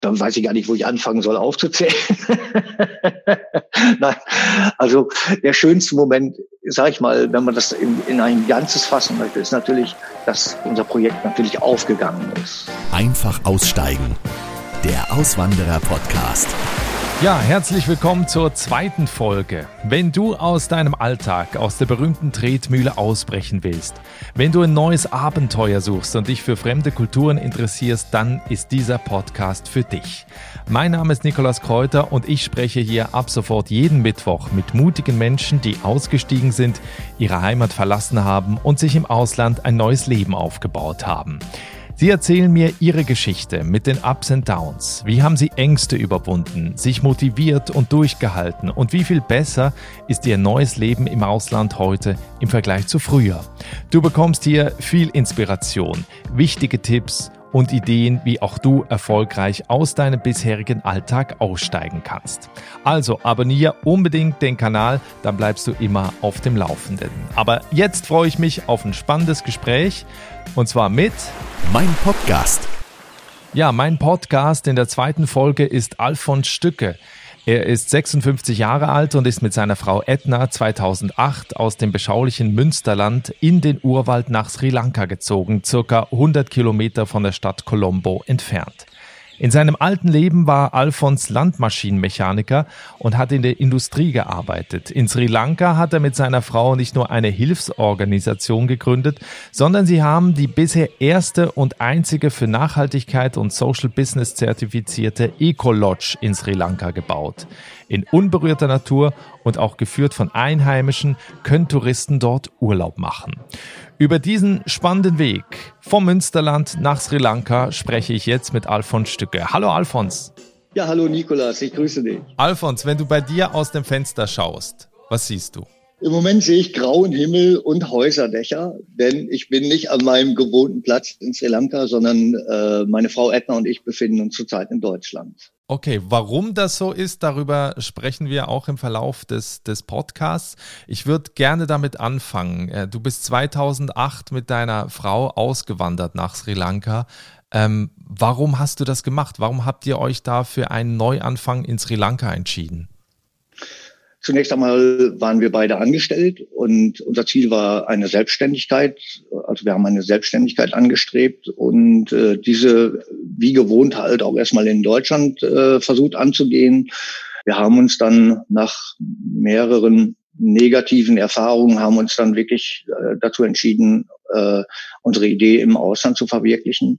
dann weiß ich gar nicht, wo ich anfangen soll aufzuzählen. Nein, also der schönste Moment, sag ich mal, wenn man das in ein Ganzes fassen möchte, ist natürlich, dass unser Projekt natürlich aufgegangen ist. Einfach aussteigen. Der Auswanderer-Podcast. Ja, herzlich willkommen zur zweiten Folge. Wenn du aus deinem Alltag, aus der berühmten Tretmühle ausbrechen willst, wenn du ein neues Abenteuer suchst und dich für fremde Kulturen interessierst, dann ist dieser Podcast für dich. Mein Name ist Nikolaus Kräuter und ich spreche hier ab sofort jeden Mittwoch mit mutigen Menschen, die ausgestiegen sind, ihre Heimat verlassen haben und sich im Ausland ein neues Leben aufgebaut haben. Sie erzählen mir ihre Geschichte mit den Ups and Downs. Wie haben sie Ängste überwunden, sich motiviert und durchgehalten und wie viel besser ist ihr neues Leben im Ausland heute im Vergleich zu früher. Du bekommst hier viel Inspiration, wichtige Tipps und Ideen, wie auch du erfolgreich aus deinem bisherigen Alltag aussteigen kannst. Also abonniere unbedingt den Kanal, dann bleibst du immer auf dem Laufenden. Aber jetzt freue ich mich auf ein spannendes Gespräch und zwar mit Mein Podcast. Ja, mein Podcast in der zweiten Folge ist Alfons Stücke. Er ist 56 Jahre alt und ist mit seiner Frau Edna 2008 aus dem beschaulichen Münsterland in den Urwald nach Sri Lanka gezogen, circa 100 Kilometer von der Stadt Colombo entfernt. In seinem alten Leben war Alfons Landmaschinenmechaniker und hat in der Industrie gearbeitet. In Sri Lanka hat er mit seiner Frau nicht nur eine Hilfsorganisation gegründet, sondern sie haben die bisher erste und einzige für Nachhaltigkeit und Social Business zertifizierte Eco-Lodge in Sri Lanka gebaut. In unberührter Natur und auch geführt von Einheimischen können Touristen dort Urlaub machen. Über diesen spannenden Weg vom Münsterland nach Sri Lanka spreche ich jetzt mit Alfons Stücke. Hallo Alfons. Ja, hallo Nikolaus, ich grüße dich. Alfons, wenn du bei dir aus dem Fenster schaust, was siehst du? Im Moment sehe ich grauen Himmel und Häuserdächer, denn ich bin nicht an meinem gewohnten Platz in Sri Lanka, sondern meine Frau Edna und ich befinden uns zurzeit in Deutschland. Okay, warum das so ist, darüber sprechen wir auch im Verlauf des Podcasts. Ich würde gerne damit anfangen. Du bist 2008 mit deiner Frau ausgewandert nach Sri Lanka. Warum hast du das gemacht? Warum habt ihr euch da für einen Neuanfang in Sri Lanka entschieden? Zunächst einmal waren wir beide angestellt und unser Ziel war eine Selbstständigkeit. Also wir haben eine Selbstständigkeit angestrebt und diese wie gewohnt halt auch erstmal in Deutschland versucht anzugehen. Wir haben uns dann nach mehreren negativen Erfahrungen haben uns dann wirklich dazu entschieden, unsere Idee im Ausland zu verwirklichen.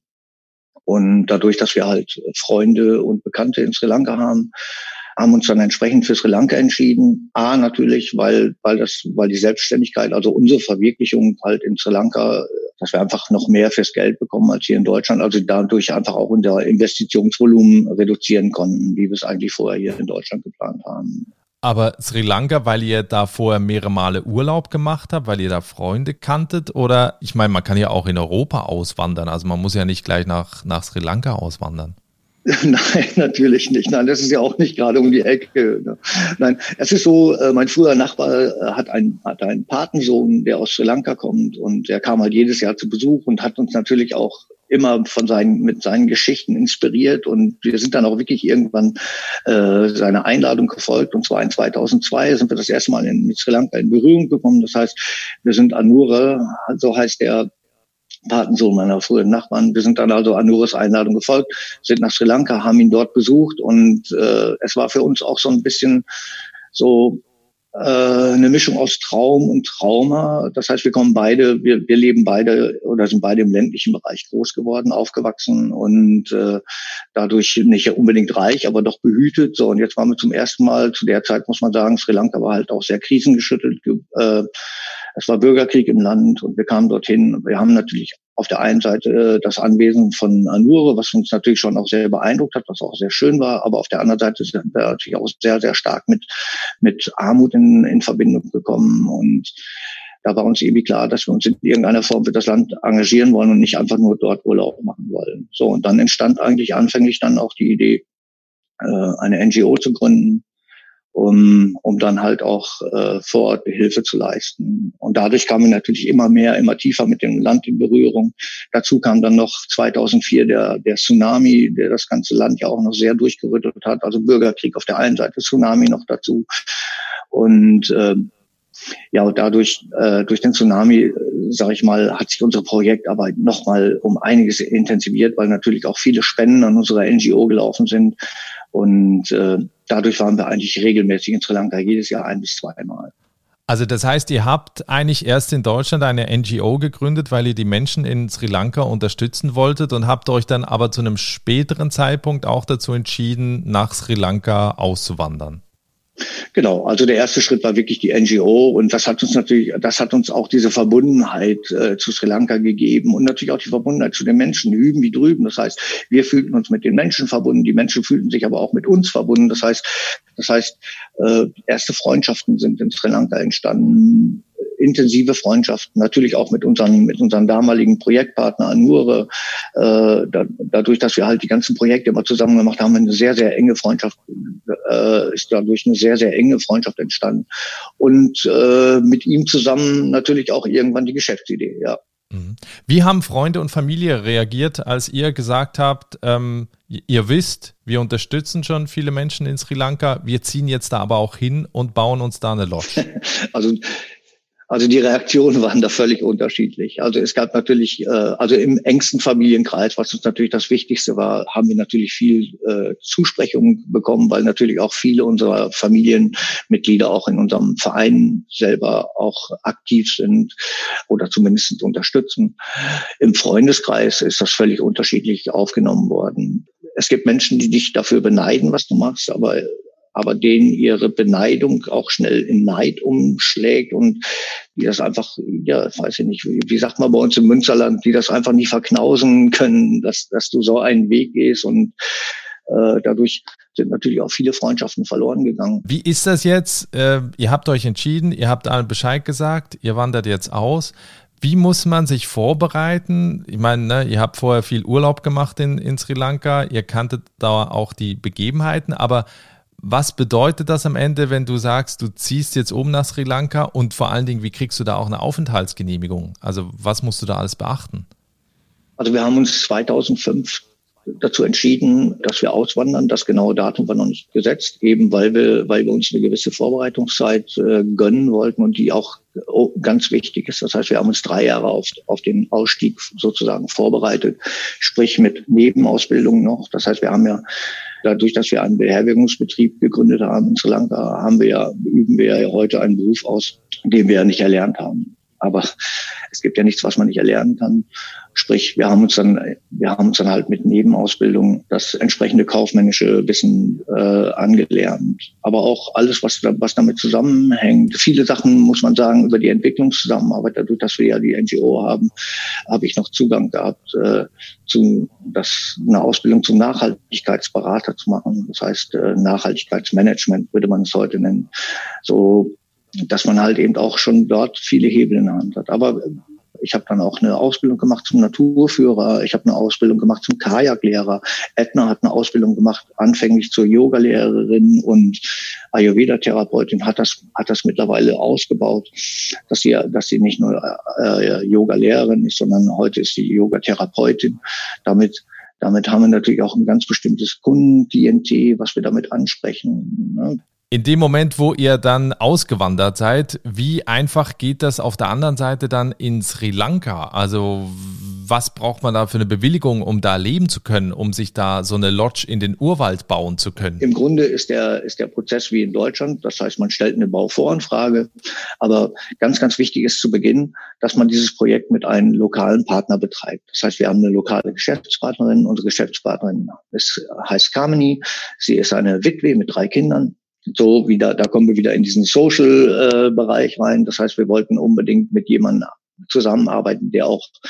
Und dadurch, dass wir halt Freunde und Bekannte in Sri Lanka haben uns dann entsprechend für Sri Lanka entschieden. Natürlich, weil die Selbstständigkeit, also unsere Verwirklichung halt in Sri Lanka, dass wir einfach noch mehr fürs Geld bekommen als hier in Deutschland, also dadurch einfach auch unser Investitionsvolumen reduzieren konnten, wie wir es eigentlich vorher hier in Deutschland geplant haben. Aber Sri Lanka, weil ihr da vorher mehrere Male Urlaub gemacht habt, weil ihr da Freunde kanntet? Oder, ich meine, man kann ja auch in Europa auswandern, also man muss ja nicht gleich nach Sri Lanka auswandern. Nein, natürlich nicht. Nein, das ist ja auch nicht gerade um die Ecke. Nein, es ist so, mein früherer Nachbar hat einen Patensohn, der aus Sri Lanka kommt und der kam halt jedes Jahr zu Besuch und hat uns natürlich auch immer mit seinen Geschichten inspiriert und wir sind dann auch wirklich irgendwann seiner Einladung gefolgt und zwar in 2002 sind wir das erste Mal mit Sri Lanka in Berührung gekommen. Das heißt, wir sind Anura, so heißt der Patensohn meiner früheren Nachbarn. Wir sind dann also Anuras Einladung gefolgt, sind nach Sri Lanka, haben ihn dort besucht und es war für uns auch so ein bisschen so eine Mischung aus Traum und Trauma. Das heißt, wir leben beide oder sind beide im ländlichen Bereich groß geworden, aufgewachsen und dadurch nicht unbedingt reich, aber doch behütet. So, und jetzt waren wir zum ersten Mal, zu der Zeit muss man sagen, Sri Lanka war halt auch sehr krisengeschüttelt. Es war Bürgerkrieg im Land und wir kamen dorthin. Wir haben natürlich auf der einen Seite das Anwesen von Anura, was uns natürlich schon auch sehr beeindruckt hat, was auch sehr schön war, aber auf der anderen Seite sind wir natürlich auch sehr, sehr stark mit Armut in Verbindung gekommen und da war uns irgendwie klar, dass wir uns in irgendeiner Form für das Land engagieren wollen und nicht einfach nur dort Urlaub machen wollen. So, und dann entstand eigentlich anfänglich dann auch die Idee, eine NGO zu gründen. um dann halt auch vor Ort Hilfe zu leisten. Und dadurch kamen wir natürlich immer mehr, immer tiefer mit dem Land in Berührung. Dazu kam dann noch 2004 der Tsunami, der das ganze Land ja auch noch sehr durchgerüttelt hat. Also Bürgerkrieg auf der einen Seite, Tsunami noch dazu. Und und dadurch, durch den Tsunami, sage ich mal, hat sich unsere Projektarbeit nochmal um einiges intensiviert, weil natürlich auch viele Spenden an unserer NGO gelaufen sind. Und dadurch waren wir eigentlich regelmäßig in Sri Lanka, jedes Jahr 1 bis 2 Mal. Also das heißt, ihr habt eigentlich erst in Deutschland eine NGO gegründet, weil ihr die Menschen in Sri Lanka unterstützen wolltet und habt euch dann aber zu einem späteren Zeitpunkt auch dazu entschieden, nach Sri Lanka auszuwandern. Genau, also der erste Schritt war wirklich die NGO und das hat uns auch diese Verbundenheit zu Sri Lanka gegeben und natürlich auch die Verbundenheit zu den Menschen, hüben wie drüben. Das heißt, wir fühlten uns mit den Menschen verbunden, die Menschen fühlten sich aber auch mit uns verbunden. Das heißt, erste Freundschaften sind in Sri Lanka entstanden, intensive Freundschaften, natürlich auch mit unseren damaligen Projektpartner Anure. Dadurch, dass wir halt die ganzen Projekte immer zusammen gemacht haben, eine sehr, sehr enge Freundschaft, ist dadurch eine sehr, sehr enge Freundschaft entstanden. Und mit ihm zusammen natürlich auch irgendwann die Geschäftsidee, ja. Wie haben Freunde und Familie reagiert, als ihr gesagt habt, ihr wisst, wir unterstützen schon viele Menschen in Sri Lanka, wir ziehen jetzt da aber auch hin und bauen uns da eine Lodge? Also die Reaktionen waren da völlig unterschiedlich. Also es gab natürlich, also im engsten Familienkreis, was uns natürlich das Wichtigste war, haben wir natürlich viel Zusprechung bekommen, weil natürlich auch viele unserer Familienmitglieder auch in unserem Verein selber auch aktiv sind oder zumindest unterstützen. Im Freundeskreis ist das völlig unterschiedlich aufgenommen worden. Es gibt Menschen, die dich dafür beneiden, was du machst, aber denen ihre Beneidung auch schnell in Neid umschlägt und die das einfach, ja, weiß ich nicht, wie sagt man bei uns im Münsterland, die das einfach nicht verknausen können, dass du so einen Weg gehst und dadurch sind natürlich auch viele Freundschaften verloren gegangen. Wie ist das jetzt? Ihr habt euch entschieden, ihr habt allen Bescheid gesagt, ihr wandert jetzt aus. Wie muss man sich vorbereiten? Ich meine, ihr habt vorher viel Urlaub gemacht in Sri Lanka, ihr kanntet da auch die Begebenheiten, aber was bedeutet das am Ende, wenn du sagst, du ziehst jetzt nach Sri Lanka und vor allen Dingen, wie kriegst du da auch eine Aufenthaltsgenehmigung? Also was musst du da alles beachten? Also wir haben uns 2005 dazu entschieden, dass wir auswandern. Das genaue Datum war noch nicht gesetzt, eben weil wir uns eine gewisse Vorbereitungszeit gönnen wollten und die auch ganz wichtig ist. Das heißt, wir haben uns 3 Jahre auf den Ausstieg sozusagen vorbereitet, sprich mit Nebenausbildung noch. Das heißt, wir haben ja dadurch, dass wir einen Beherbergungsbetrieb gegründet haben in Sri Lanka, üben wir ja heute einen Beruf aus, den wir ja nicht erlernt haben. Aber es gibt ja nichts, was man nicht erlernen kann. Sprich, wir haben uns dann halt mit Nebenausbildung das entsprechende kaufmännische Wissen angelernt. Aber auch alles, was damit zusammenhängt. Viele Sachen, muss man sagen, über die Entwicklungszusammenarbeit, dadurch, dass wir ja die NGO haben, habe ich noch Zugang gehabt, eine Ausbildung zum Nachhaltigkeitsberater zu machen. Das heißt, Nachhaltigkeitsmanagement würde man es heute nennen. So, dass man halt eben auch schon dort viele Hebel in der Hand hat. Aber ich habe dann auch eine Ausbildung gemacht zum Naturführer, ich habe eine Ausbildung gemacht zum Kajaklehrer. Edna hat eine Ausbildung gemacht, anfänglich zur Yogalehrerin und Ayurveda-Therapeutin, hat das mittlerweile ausgebaut, dass sie nicht nur Yogalehrerin ist, sondern heute ist sie Yogatherapeutin. Damit haben wir natürlich auch ein ganz bestimmtes Kundenklientel, was wir damit ansprechen, ne? In dem Moment, wo ihr dann ausgewandert seid, wie einfach geht das auf der anderen Seite dann in Sri Lanka? Also was braucht man da für eine Bewilligung, um da leben zu können, um sich da so eine Lodge in den Urwald bauen zu können? Im Grunde ist der Prozess wie in Deutschland. Das heißt, man stellt eine Bauvoranfrage. Aber ganz, ganz wichtig ist zu Beginn, dass man dieses Projekt mit einem lokalen Partner betreibt. Das heißt, wir haben eine lokale Geschäftspartnerin. Unsere Geschäftspartnerin heißt Kamini. Sie ist eine Witwe mit 3 Kindern. So wieder, da kommen wir wieder in diesen Social-Bereich rein. Das heißt, wir wollten unbedingt mit jemandem zusammenarbeiten, der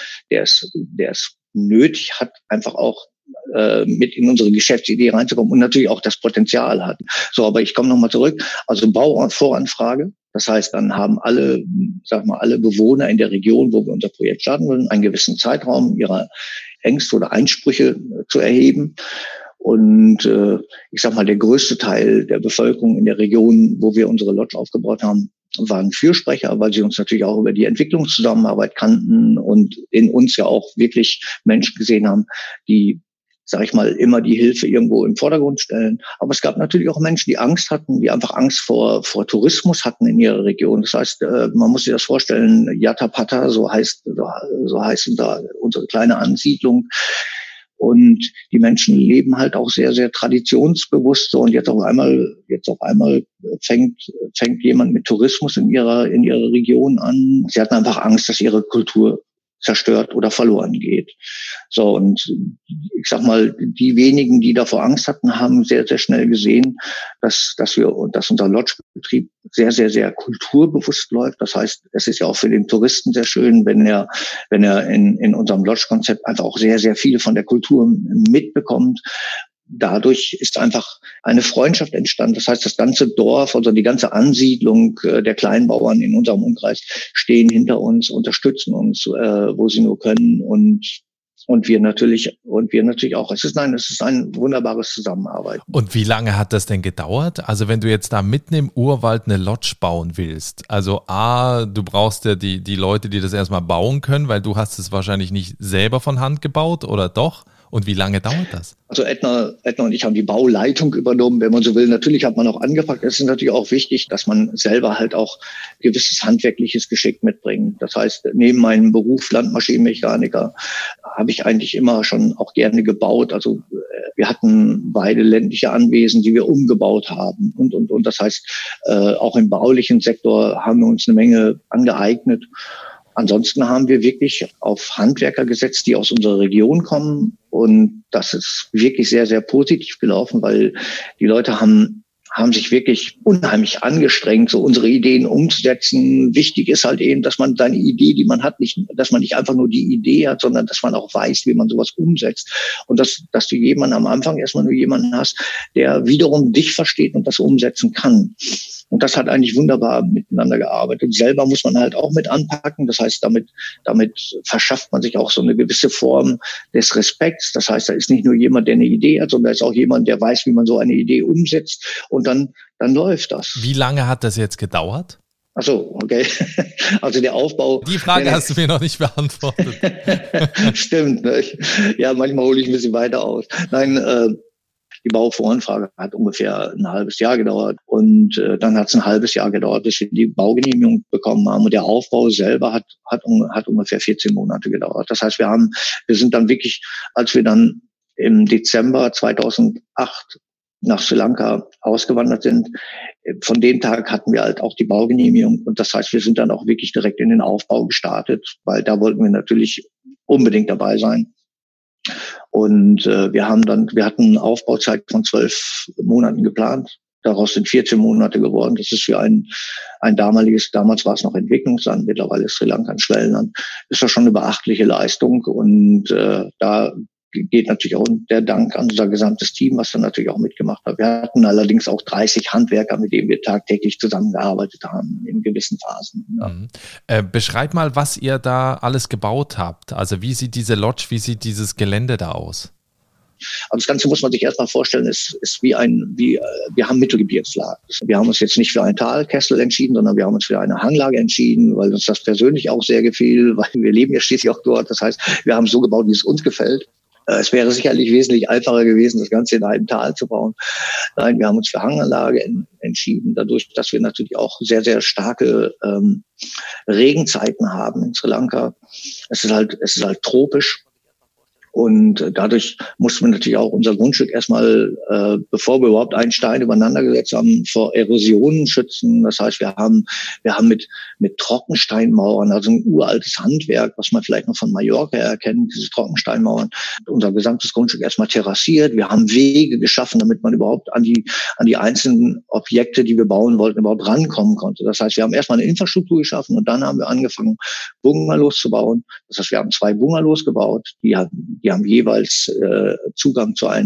es nötig hat, einfach auch mit in unsere Geschäftsidee reinzukommen und natürlich auch das Potenzial hat. So, aber ich komme nochmal zurück. Also Bauvoranfrage. Das heißt, dann haben alle Bewohner in der Region, wo wir unser Projekt starten wollen, einen gewissen Zeitraum, ihre Ängste oder Einsprüche zu erheben. Und ich sag mal, der größte Teil der Bevölkerung in der Region, wo wir unsere Lodge aufgebaut haben, waren Fürsprecher, weil sie uns natürlich auch über die Entwicklungszusammenarbeit kannten und in uns ja auch wirklich Menschen gesehen haben, die, sag ich mal, immer die Hilfe irgendwo im Vordergrund stellen. Aber es gab natürlich auch Menschen, die Angst hatten, die einfach Angst vor Tourismus hatten in ihrer Region. Das heißt, man muss sich das vorstellen, Yatapata, so heißt unsere kleine Ansiedlung. Und die Menschen leben halt auch sehr, sehr traditionsbewusst. Und jetzt auf einmal fängt jemand mit Tourismus in ihrer Region an. Sie hatten einfach Angst, dass ihre Kultur zerstört oder verloren geht. So, und ich sag mal, die wenigen, die davor Angst hatten, haben sehr, sehr schnell gesehen, dass unser Lodgebetrieb sehr, sehr, sehr kulturbewusst läuft. Das heißt, es ist ja auch für den Touristen sehr schön, wenn er in unserem Lodge-Konzept einfach auch sehr, sehr viel von der Kultur mitbekommt. Dadurch ist einfach eine Freundschaft entstanden. Das heißt, das ganze Dorf, also die ganze Ansiedlung der Kleinbauern in unserem Umkreis stehen hinter uns, unterstützen uns, wo sie nur können und wir natürlich auch. Es ist ein wunderbares Zusammenarbeiten. Und wie lange hat das denn gedauert? Also wenn du jetzt da mitten im Urwald eine Lodge bauen willst, also du brauchst ja die Leute, die das erstmal bauen können, weil du hast es wahrscheinlich nicht selber von Hand gebaut, oder doch? Und wie lange dauert das? Also Edna und ich haben die Bauleitung übernommen, wenn man so will. Natürlich hat man auch angepackt. Es ist natürlich auch wichtig, dass man selber halt auch gewisses handwerkliches Geschick mitbringt. Das heißt, neben meinem Beruf Landmaschinenmechaniker habe ich eigentlich immer schon auch gerne gebaut. Also wir hatten beide ländliche Anwesen, die wir umgebaut haben und. Das heißt, auch im baulichen Sektor haben wir uns eine Menge angeeignet. Ansonsten haben wir wirklich auf Handwerker gesetzt, die aus unserer Region kommen. Und das ist wirklich sehr, sehr positiv gelaufen, weil die Leute haben sich wirklich unheimlich angestrengt, so unsere Ideen umzusetzen. Wichtig ist halt eben, dass man seine Idee, die man hat, dass man nicht einfach nur die Idee hat, sondern dass man auch weiß, wie man sowas umsetzt. Und dass du am Anfang erstmal nur jemanden hast, der wiederum dich versteht und das umsetzen kann. Und das hat eigentlich wunderbar miteinander gearbeitet. Selber muss man halt auch mit anpacken. Das heißt, damit verschafft man sich auch so eine gewisse Form des Respekts. Das heißt, da ist nicht nur jemand, der eine Idee hat, sondern da ist auch jemand, der weiß, wie man so eine Idee umsetzt. Und dann läuft das. Wie lange hat das jetzt gedauert? Ach so, okay. Also der Aufbau. Die Frage hast du mir noch nicht beantwortet. Stimmt. Ne? Ja, manchmal hole ich ein bisschen weiter aus. Nein, die Bauvoranfrage hat ungefähr ein halbes Jahr gedauert und dann hat es ein halbes Jahr gedauert, bis wir die Baugenehmigung bekommen haben. Und der Aufbau selber hat ungefähr 14 Monate gedauert. Das heißt, wir sind dann wirklich, als wir dann im Dezember 2008 nach Sri Lanka ausgewandert sind, von dem Tag hatten wir halt auch die Baugenehmigung. Und das heißt, wir sind dann auch wirklich direkt in den Aufbau gestartet, weil da wollten wir natürlich unbedingt dabei sein. Und wir hatten eine Aufbauzeit von 12 Monaten geplant. Daraus sind 14 Monate geworden. Das ist für ein damals war es noch Entwicklungsland, mittlerweile ist Sri Lanka ein Schwellenland, ist das schon eine beachtliche Leistung. Und da geht natürlich auch der Dank an unser gesamtes Team, was dann natürlich auch mitgemacht hat. Wir hatten allerdings auch 30 Handwerker, mit denen wir tagtäglich zusammengearbeitet haben in gewissen Phasen. Ja. Beschreib mal, was ihr da alles gebaut habt. Also wie sieht diese Lodge, wie sieht dieses Gelände da aus? Also das Ganze muss man sich erstmal vorstellen, ist wir haben Mittelgebirgslage. Wir haben uns jetzt nicht für einen Talkessel entschieden, sondern wir haben uns für eine Hanglage entschieden, weil uns das persönlich auch sehr gefiel, weil wir leben ja schließlich auch dort. Das heißt, wir haben es so gebaut, wie es uns gefällt. Es wäre sicherlich wesentlich einfacher gewesen, das Ganze in einem Tal zu bauen. Nein, wir haben uns für Hanganlage entschieden, dadurch, dass wir natürlich auch sehr, sehr starke Regenzeiten haben in Sri Lanka. Es ist halt tropisch. Und dadurch mussten wir natürlich auch unser Grundstück erstmal, bevor wir überhaupt einen Stein übereinander gesetzt haben, vor Erosionen schützen. Das heißt, wir haben mit Trockensteinmauern, also ein uraltes Handwerk, was man vielleicht noch von Mallorca erkennt, diese Trockensteinmauern, unser gesamtes Grundstück erstmal terrassiert. Wir haben Wege geschaffen, damit man überhaupt an die einzelnen Objekte, die wir bauen wollten, überhaupt rankommen konnte. Das heißt, wir haben erstmal eine Infrastruktur geschaffen und dann haben wir angefangen, Bungalows zu bauen. Das heißt, wir haben 2 Bungalows gebaut, die haben jeweils Zugang zu einem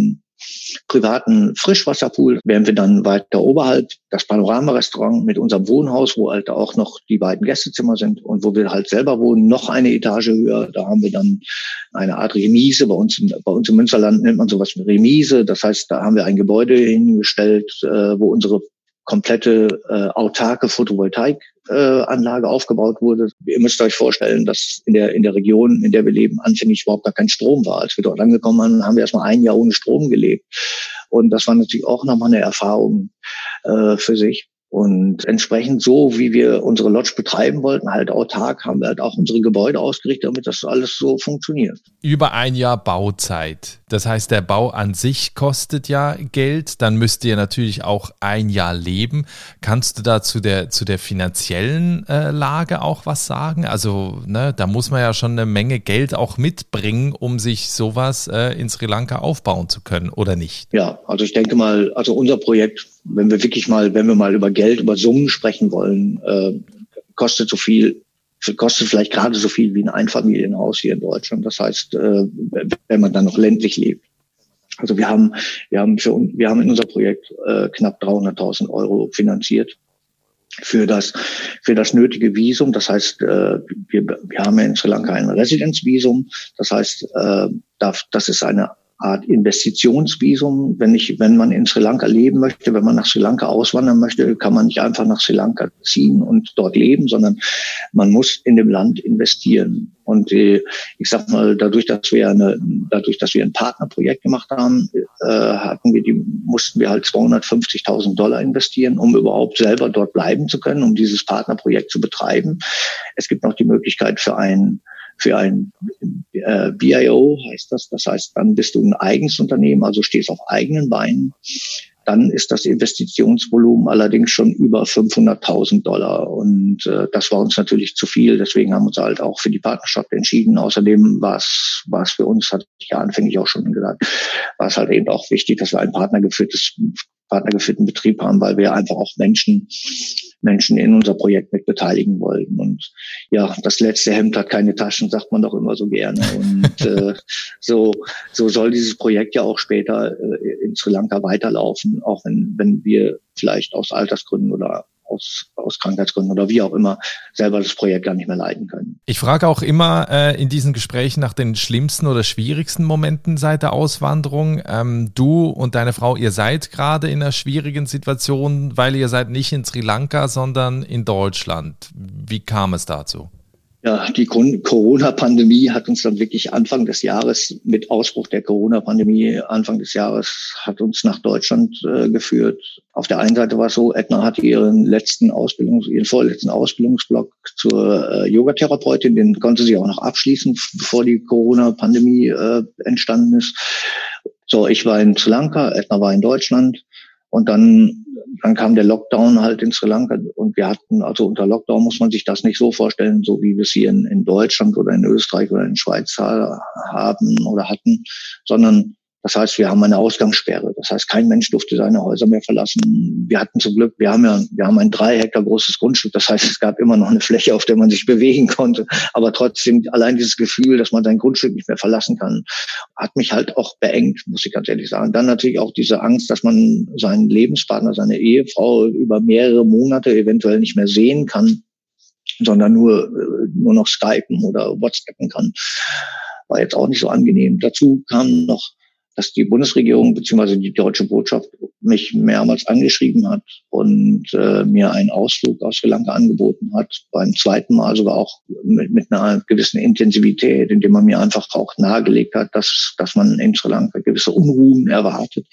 privaten Frischwasserpool, wären wir dann weiter oberhalb das Panorama-Restaurant mit unserem Wohnhaus, wo halt auch noch die beiden Gästezimmer sind und wo wir halt selber wohnen, noch eine Etage höher. Da haben wir dann eine Art Remise. Bei uns im Münsterland nennt man sowas wie Remise. Das heißt, da haben wir ein Gebäude hingestellt, wo unsere komplette autarke Photovoltaikanlage aufgebaut wurde. Ihr müsst euch vorstellen, dass in der Region, in der wir leben, anfänglich überhaupt gar kein Strom war. Als wir dort angekommen sind, haben wir erstmal ein Jahr ohne Strom gelebt. Und das war natürlich auch nochmal eine Erfahrung für sich. Und entsprechend so, wie wir unsere Lodge betreiben wollten, halt autark, haben wir halt auch unsere Gebäude ausgerichtet, damit das alles so funktioniert. Über ein Jahr Bauzeit. Das heißt, der Bau an sich kostet ja Geld. Dann müsst ihr natürlich auch ein Jahr leben. Kannst du da zu der finanziellen Lage auch was sagen? Also, ne, da muss man ja schon eine Menge Geld auch mitbringen, um sich sowas in Sri Lanka aufbauen zu können, oder nicht? Ja, also ich denke mal, also unser Projekt, wenn wir mal über Geld, über Summen sprechen wollen, kostet vielleicht gerade so viel wie ein Einfamilienhaus hier in Deutschland. Das heißt, wenn man dann noch ländlich lebt. Also wir haben in unser Projekt knapp 300.000 Euro finanziert für das nötige Visum. Das heißt, wir haben ja in Sri Lanka ein Residenzvisum. Das heißt, das ist eine Art Investitionsvisum. Wenn man in Sri Lanka leben möchte, wenn man nach Sri Lanka auswandern möchte, kann man nicht einfach nach Sri Lanka ziehen und dort leben, sondern man muss in dem Land investieren. Und ich sag mal, dadurch, dass wir ein Partnerprojekt gemacht haben, mussten wir halt $250.000 investieren, um überhaupt selber dort bleiben zu können, um dieses Partnerprojekt zu betreiben. Es gibt noch die Möglichkeit für ein BIO heißt das. Das heißt, dann bist du ein eigenes Unternehmen, also stehst auf eigenen Beinen. Dann ist das Investitionsvolumen allerdings schon über $500.000. Und das war uns natürlich zu viel. Deswegen haben wir uns halt auch für die Partnerschaft entschieden. Außerdem war es für uns, hatte ich ja anfänglich auch schon gesagt, war es halt eben auch wichtig, dass wir einen partnergeführten Betrieb haben, weil wir einfach auch Menschen in unser Projekt mit beteiligen wollten. Und ja, das letzte Hemd hat keine Taschen, sagt man doch immer so gerne. Und so soll dieses Projekt ja auch später in Sri Lanka weiterlaufen, auch wenn wir vielleicht aus Altersgründen oder aus Krankheitsgründen oder wie auch immer selber das Projekt gar nicht mehr leiten können. Ich frage auch immer in diesen Gesprächen nach den schlimmsten oder schwierigsten Momenten seit der Auswanderung. Du und deine Frau, ihr seid gerade in einer schwierigen Situation, weil ihr seid nicht in Sri Lanka, sondern in Deutschland. Wie kam es dazu? Ja, die Corona-Pandemie hat uns dann wirklich Anfang des Jahres, mit Ausbruch der Corona-Pandemie Anfang des Jahres, hat uns nach Deutschland geführt. Auf der einen Seite war es so, Edna hat ihren vorletzten Ausbildungsblock zur Yogatherapeutin, den konnte sie auch noch abschließen, bevor die Corona-Pandemie entstanden ist. So, ich war in Sri Lanka, Edna war in Deutschland und dann kam der Lockdown halt in Sri Lanka und wir hatten, also unter Lockdown muss man sich das nicht so vorstellen, so wie wir es hier in Deutschland oder in Österreich oder in der Schweiz haben oder hatten, sondern das heißt, wir haben eine Ausgangssperre. Das heißt, kein Mensch durfte seine Häuser mehr verlassen. Wir hatten zum Glück, wir haben ein 3 Hektar großes Grundstück. Das heißt, es gab immer noch eine Fläche, auf der man sich bewegen konnte. Aber trotzdem, allein dieses Gefühl, dass man sein Grundstück nicht mehr verlassen kann, hat mich halt auch beengt, muss ich ganz ehrlich sagen. Dann natürlich auch diese Angst, dass man seinen Lebenspartner, seine Ehefrau über mehrere Monate eventuell nicht mehr sehen kann, sondern nur noch skypen oder WhatsAppen kann. War jetzt auch nicht so angenehm. Dazu kam noch, dass die Bundesregierung bzw. die deutsche Botschaft mich mehrmals angeschrieben hat und mir einen Ausflug aus Sri Lanka angeboten hat. Beim zweiten Mal sogar auch mit einer gewissen Intensivität, indem man mir einfach auch nahegelegt hat, dass man in Sri Lanka gewisse Unruhen erwartet.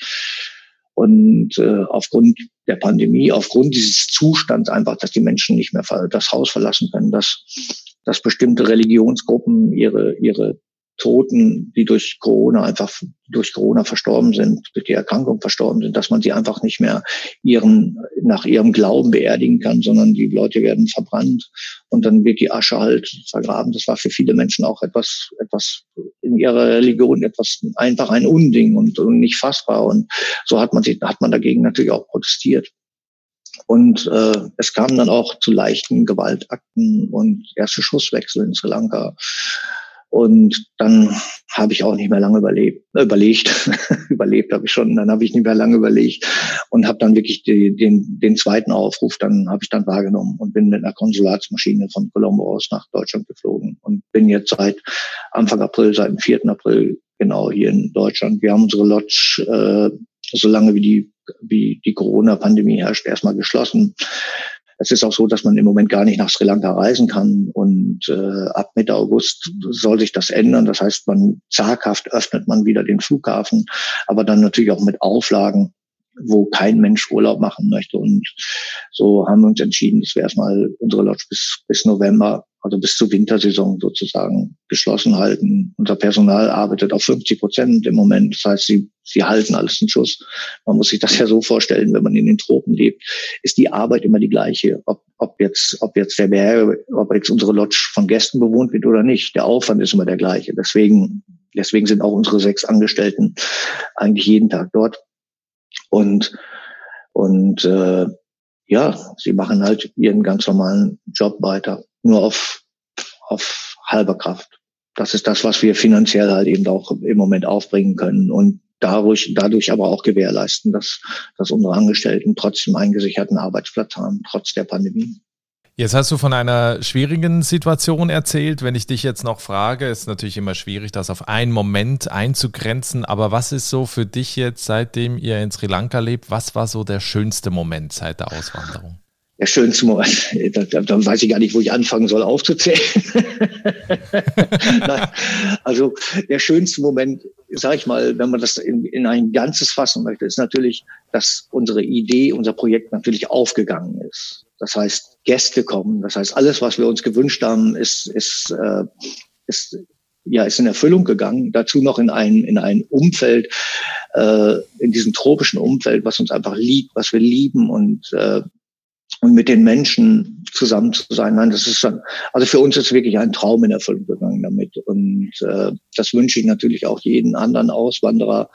Und aufgrund der Pandemie, aufgrund dieses Zustands einfach, dass die Menschen nicht mehr das Haus verlassen können, dass bestimmte Religionsgruppen ihre Toten, die durch Corona verstorben sind, durch die Erkrankung verstorben sind, dass man sie einfach nicht mehr nach ihrem Glauben beerdigen kann, sondern die Leute werden verbrannt und dann wird die Asche halt vergraben. Das war für viele Menschen auch etwas in ihrer Religion einfach ein Unding und nicht fassbar. Und so hat man dagegen natürlich auch protestiert. Und es kam dann auch zu leichten Gewaltakten und erste Schusswechsel in Sri Lanka. Und dann habe ich auch nicht mehr lange überlegt. Überlebt habe ich schon, dann habe ich nicht mehr lange überlegt und habe dann wirklich den zweiten Aufruf, habe ich dann wahrgenommen und bin mit einer Konsulatsmaschine von Colombo aus nach Deutschland geflogen und bin jetzt seit Anfang April, seit dem 4. April genau hier in Deutschland. Wir haben unsere Lodge, solange wie die Corona-Pandemie herrscht, erstmal geschlossen. Es ist auch so, dass man im Moment gar nicht nach Sri Lanka reisen kann und ab Mitte August soll sich das ändern. Das heißt, zaghaft öffnet man wieder den Flughafen, aber dann natürlich auch mit Auflagen, wo kein Mensch Urlaub machen möchte. Und so haben wir uns entschieden, dass wir erstmal unsere Lodge bis November, also bis zur Wintersaison sozusagen geschlossen halten. Unser Personal arbeitet auf 50% im Moment. Das heißt, sie halten alles in Schuss. Man muss sich das ja so vorstellen, wenn man in den Tropen lebt, ist die Arbeit immer die gleiche. Ob jetzt unsere Lodge von Gästen bewohnt wird oder nicht. Der Aufwand ist immer der gleiche. Deswegen sind auch unsere 6 Angestellten eigentlich jeden Tag dort. Und sie machen halt ihren ganz normalen Job weiter, nur auf halber Kraft. Das ist das, was wir finanziell halt eben auch im Moment aufbringen können und dadurch aber auch gewährleisten, dass unsere Angestellten trotzdem einen gesicherten Arbeitsplatz haben, trotz der Pandemie. Jetzt hast du von einer schwierigen Situation erzählt. Wenn ich dich jetzt noch frage, ist natürlich immer schwierig, das auf einen Moment einzugrenzen. Aber was ist so für dich jetzt, seitdem ihr in Sri Lanka lebt, was war so der schönste Moment seit der Auswanderung? Der schönste Moment, da weiß ich gar nicht, wo ich anfangen soll aufzuzählen. Nein, also der schönste Moment, sag ich mal, wenn man das in ein Ganzes fassen möchte, ist natürlich, dass unsere Idee, unser Projekt natürlich aufgegangen ist. Das heißt, Gäste kommen, das heißt, alles, was wir uns gewünscht haben, ist in Erfüllung gegangen. Dazu noch in ein Umfeld, in diesem tropischen Umfeld, was uns einfach liegt, was wir lieben und mit den Menschen zusammen zu sein. Nein, das ist schon, also für uns ist wirklich ein Traum in Erfüllung gegangen damit. Und das wünsche ich natürlich auch jeden anderen Auswanderer,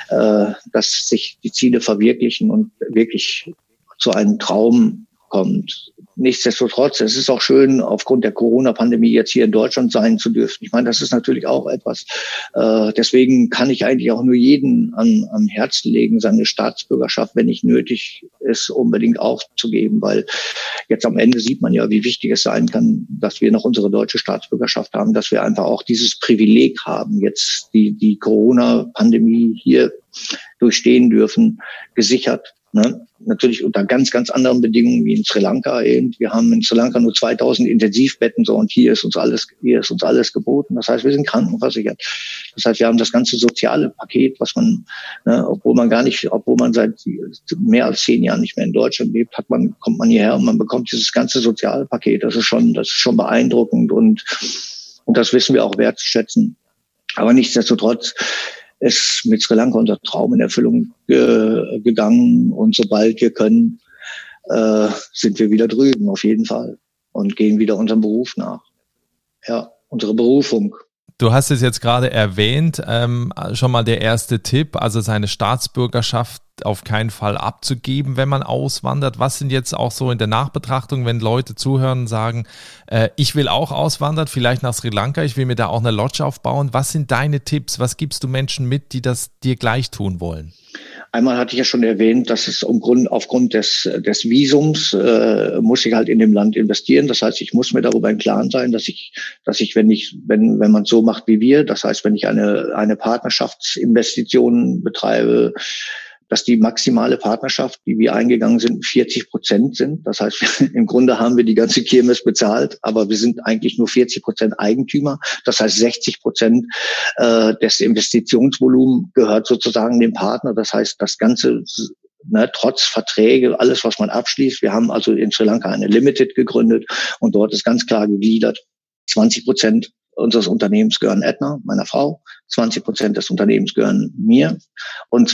dass sich die Ziele verwirklichen und wirklich zu einem Traum kommt. Nichtsdestotrotz, es ist auch schön, aufgrund der Corona-Pandemie jetzt hier in Deutschland sein zu dürfen. Ich meine, das ist natürlich auch etwas. Deswegen kann ich eigentlich auch nur jeden am Herzen legen, seine Staatsbürgerschaft, wenn nicht nötig ist, unbedingt aufzugeben, weil jetzt am Ende sieht man ja, wie wichtig es sein kann, dass wir noch unsere deutsche Staatsbürgerschaft haben, dass wir einfach auch dieses Privileg haben, jetzt die Corona-Pandemie hier durchstehen dürfen, gesichert. Ne? Natürlich unter ganz, ganz anderen Bedingungen wie in Sri Lanka eben. Wir haben in Sri Lanka nur 2000 Intensivbetten so und hier ist uns alles geboten. Das heißt, wir sind krankenversichert. Das heißt, wir haben das ganze soziale Paket, was man, obwohl man seit mehr als 10 Jahren nicht mehr in Deutschland lebt, kommt man hierher und man bekommt dieses ganze soziale Paket. Das ist schon beeindruckend und das wissen wir auch wertzuschätzen. Aber nichtsdestotrotz ist mit Sri Lanka unser Traum in Erfüllung gegangen und sobald wir können, sind wir wieder drüben, auf jeden Fall, und gehen wieder unserem Beruf nach. Ja, unsere Berufung. Du hast es jetzt gerade erwähnt, schon mal der erste Tipp, also seine Staatsbürgerschaft auf keinen Fall abzugeben, wenn man auswandert. Was sind jetzt auch so in der Nachbetrachtung, wenn Leute zuhören und sagen, ich will auch auswandern, vielleicht nach Sri Lanka, ich will mir da auch eine Lodge aufbauen. Was sind deine Tipps? Was gibst du Menschen mit, die das dir gleich tun wollen? Einmal hatte ich ja schon erwähnt, dass es aufgrund des Visums muss ich halt in dem Land investieren. Das heißt, ich muss mir darüber im Klaren sein, dass ich, wenn man es so macht wie wir, das heißt, wenn ich eine Partnerschaftsinvestition betreibe, dass die maximale Partnerschaft, die wir eingegangen sind, 40% sind. Das heißt, im Grunde haben wir die ganze Kirmes bezahlt, aber wir sind eigentlich nur 40% Eigentümer. Das heißt, 60% des Investitionsvolumens gehört sozusagen dem Partner. Das heißt, das Ganze, trotz Verträge, alles, was man abschließt. Wir haben also in Sri Lanka eine Limited gegründet und dort ist ganz klar gegliedert, 20% unseres Unternehmens gehören Edna, meiner Frau, 20% des Unternehmens gehören mir und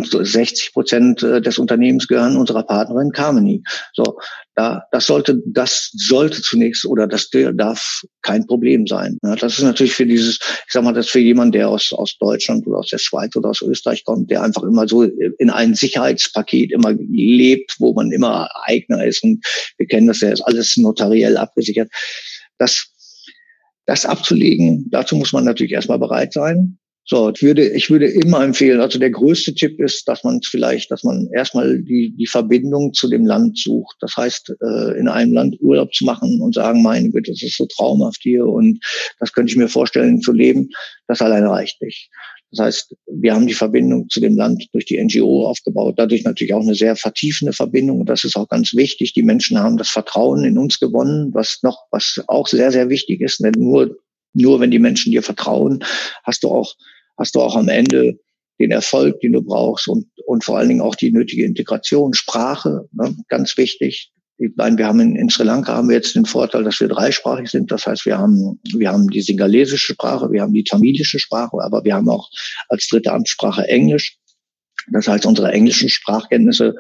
60% des Unternehmens gehören unserer Partnerin Carmeny. So, das sollte zunächst oder das darf kein Problem sein. Ja, das ist natürlich für das für jemanden, der aus Deutschland oder aus der Schweiz oder aus Österreich kommt, der einfach immer so in ein Sicherheitspaket immer lebt, wo man immer Eigner ist und wir kennen das ja, ist alles notariell abgesichert. Das abzulegen, dazu muss man natürlich erstmal bereit sein. So, ich würde immer empfehlen, also der größte Tipp ist, dass man erstmal die Verbindung zu dem Land sucht. Das heißt, in einem Land Urlaub zu machen und sagen, meine Güte, das ist so traumhaft hier und das könnte ich mir vorstellen zu leben, das alleine reicht nicht. Das heißt, wir haben die Verbindung zu dem Land durch die NGO aufgebaut, dadurch natürlich auch eine sehr vertiefende Verbindung. Und das ist auch ganz wichtig. Die Menschen haben das Vertrauen in uns gewonnen, was auch sehr, sehr wichtig ist. Denn nur wenn die Menschen dir vertrauen, hast du auch am Ende den Erfolg, den du brauchst und vor allen Dingen auch die nötige Integration, Sprache, ne, ganz wichtig. Ich meine, wir haben in Sri Lanka haben wir jetzt den Vorteil, dass wir dreisprachig sind. Das heißt, wir haben die singalesische Sprache, wir haben die tamilische Sprache, aber wir haben auch als dritte Amtssprache Englisch. Das heißt, unsere englischen Sprachkenntnisse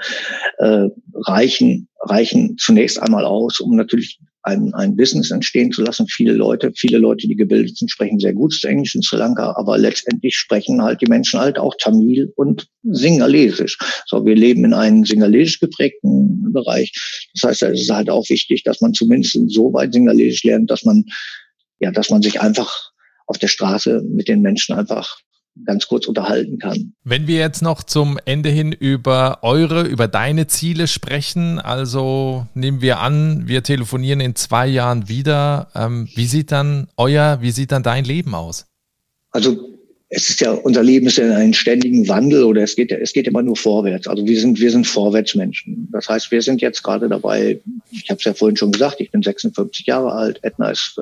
reichen zunächst einmal aus, um natürlich ein Business entstehen zu lassen. Viele Leute, die gebildet sind, sprechen sehr gut Englisch in Sri Lanka, aber letztendlich sprechen halt die Menschen halt auch Tamil und Singalesisch. So, wir leben in einem singalesisch geprägten Bereich. Das heißt, es ist halt auch wichtig, dass man zumindest so weit Singalesisch lernt, dass man sich einfach auf der Straße mit den Menschen einfach ganz kurz unterhalten kann. Wenn wir jetzt noch zum Ende hin über deine Ziele sprechen, also nehmen wir an, wir telefonieren in 2 Jahren wieder. Wie sieht dann dein Leben aus? Also unser Leben ist ja in einem ständigen Wandel oder es geht immer nur vorwärts. Also wir sind Vorwärtsmenschen. Das heißt, wir sind jetzt gerade dabei, ich habe es ja vorhin schon gesagt, ich bin 56 Jahre alt, Edna ist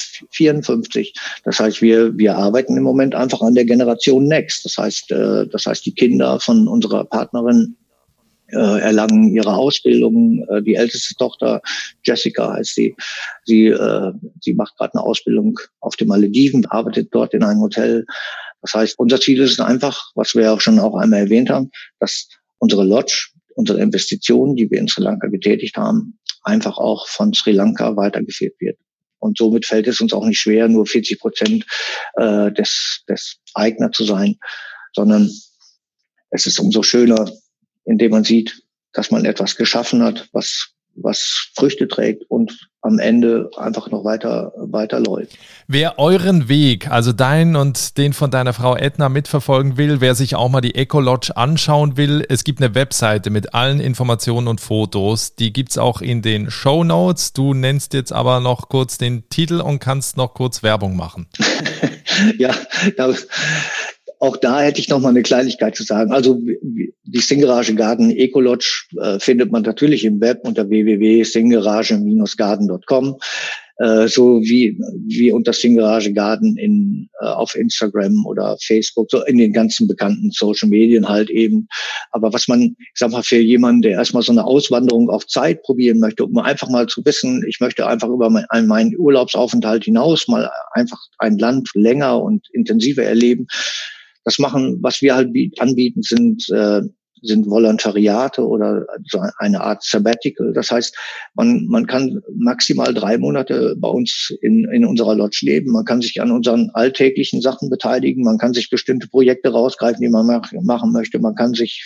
54. Das heißt, wir arbeiten im Moment einfach an der Generation Next. Das heißt, die Kinder von unserer Partnerin erlangen ihre Ausbildung. Die älteste Tochter, Jessica heißt sie, macht gerade eine Ausbildung auf den Malediven, arbeitet dort in einem Hotel. Das heißt, unser Ziel ist einfach, was wir auch schon einmal erwähnt haben, dass unsere Lodge, unsere Investitionen, die wir in Sri Lanka getätigt haben, einfach auch von Sri Lanka weitergeführt wird. Und somit fällt es uns auch nicht schwer, nur 40% des Eigner zu sein, sondern es ist umso schöner, indem man sieht, dass man etwas geschaffen hat, was Früchte trägt und am Ende einfach noch weiter läuft. Wer euren Weg, also deinen und den von deiner Frau Edna mitverfolgen will, wer sich auch mal die Eco-Lodge anschauen will, es gibt eine Webseite mit allen Informationen und Fotos, die gibt's auch in den Shownotes. Du nennst jetzt aber noch kurz den Titel und kannst noch kurz Werbung machen. Ja, auch da hätte ich noch mal eine Kleinigkeit zu sagen. Also die Singharage Garden Eco Lodge findet man natürlich im Web unter www.singharage-garden.com, so wie unter Singharage Garden auf Instagram oder Facebook, so in den ganzen bekannten Social Medien halt eben. Aber was man, ich sag mal, für jemanden, der erstmal so eine Auswanderung auf Zeit probieren möchte, um einfach mal zu wissen, ich möchte einfach über meinen Urlaubsaufenthalt hinaus mal einfach ein Land länger und intensiver erleben. Das machen, was wir halt anbieten, sind Volontariate oder so eine Art Sabbatical. Das heißt, man kann maximal 3 Monate bei uns in unserer Lodge leben. Man kann sich an unseren alltäglichen Sachen beteiligen. Man kann sich bestimmte Projekte rausgreifen, die man machen möchte. Man kann sich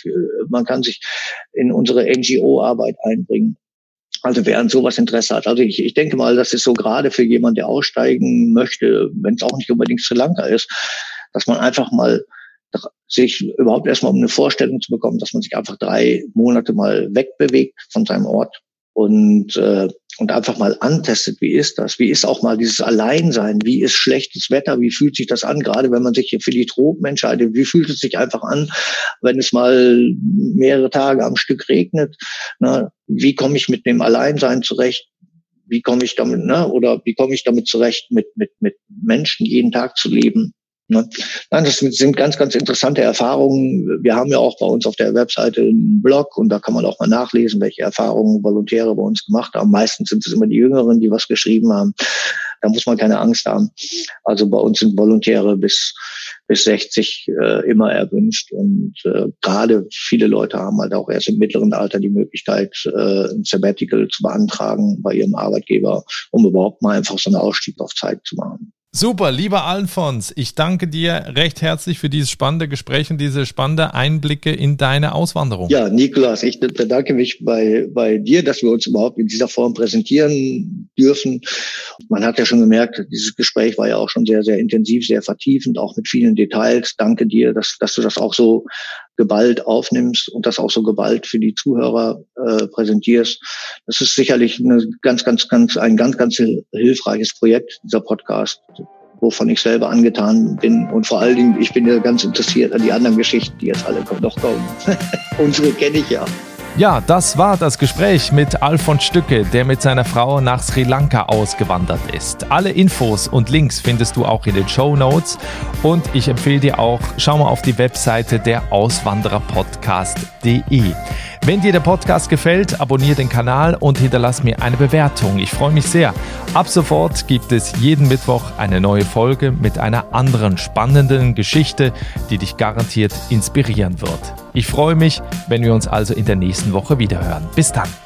in unsere NGO-Arbeit einbringen. Also wer an sowas Interesse hat. Also ich denke mal, das ist so gerade für jemanden, der aussteigen möchte, wenn es auch nicht unbedingt Sri Lanka ist, dass man einfach mal sich überhaupt erstmal um eine Vorstellung zu bekommen, dass man sich einfach 3 Monate mal wegbewegt von seinem Ort und einfach mal antestet, wie ist das? Wie ist auch mal dieses Alleinsein? Wie ist schlechtes Wetter? Wie fühlt sich das an? Gerade wenn man sich hier für die Tropen entscheidet, wie fühlt es sich einfach an, wenn es mal mehrere Tage am Stück regnet? Na, wie komme ich mit dem Alleinsein zurecht? Wie komme ich damit, oder wie komme ich damit zurecht, mit Menschen jeden Tag zu leben? Nein, das sind ganz, ganz interessante Erfahrungen. Wir haben ja auch bei uns auf der Webseite einen Blog und da kann man auch mal nachlesen, welche Erfahrungen Volontäre bei uns gemacht haben. Meistens sind es immer die Jüngeren, die was geschrieben haben. Da muss man keine Angst haben. Also bei uns sind Volontäre bis 60 immer erwünscht und gerade viele Leute haben halt auch erst im mittleren Alter die Möglichkeit, ein Sabbatical zu beantragen bei ihrem Arbeitgeber, um überhaupt mal einfach so einen Ausstieg auf Zeit zu machen. Super, lieber Alfons, ich danke dir recht herzlich für dieses spannende Gespräch und diese spannenden Einblicke in deine Auswanderung. Ja, Nikolaus, ich bedanke mich bei dir, dass wir uns überhaupt in dieser Form präsentieren dürfen. Man hat ja schon gemerkt, dieses Gespräch war ja auch schon sehr, sehr intensiv, sehr vertiefend, auch mit vielen Details. Danke dir, dass du das auch so geballt aufnimmst und das auch so geballt für die Zuhörer präsentierst. Das ist sicherlich ein ganz hilfreiches Projekt, dieser Podcast, wovon ich selber angetan bin. Und vor allen Dingen, ich bin ja ganz interessiert an die anderen Geschichten, die jetzt alle noch kommen. Unsere kenne ich ja. Ja, das war das Gespräch mit Alfons Stücke, der mit seiner Frau nach Sri Lanka ausgewandert ist. Alle Infos und Links findest du auch in den Shownotes und ich empfehle dir auch, schau mal auf die Webseite der Auswandererpodcast.de. Wenn dir der Podcast gefällt, abonniere den Kanal und hinterlass mir eine Bewertung. Ich freue mich sehr. Ab sofort gibt es jeden Mittwoch eine neue Folge mit einer anderen spannenden Geschichte, die dich garantiert inspirieren wird. Ich freue mich, wenn wir uns also in der nächsten Woche wiederhören. Bis dann.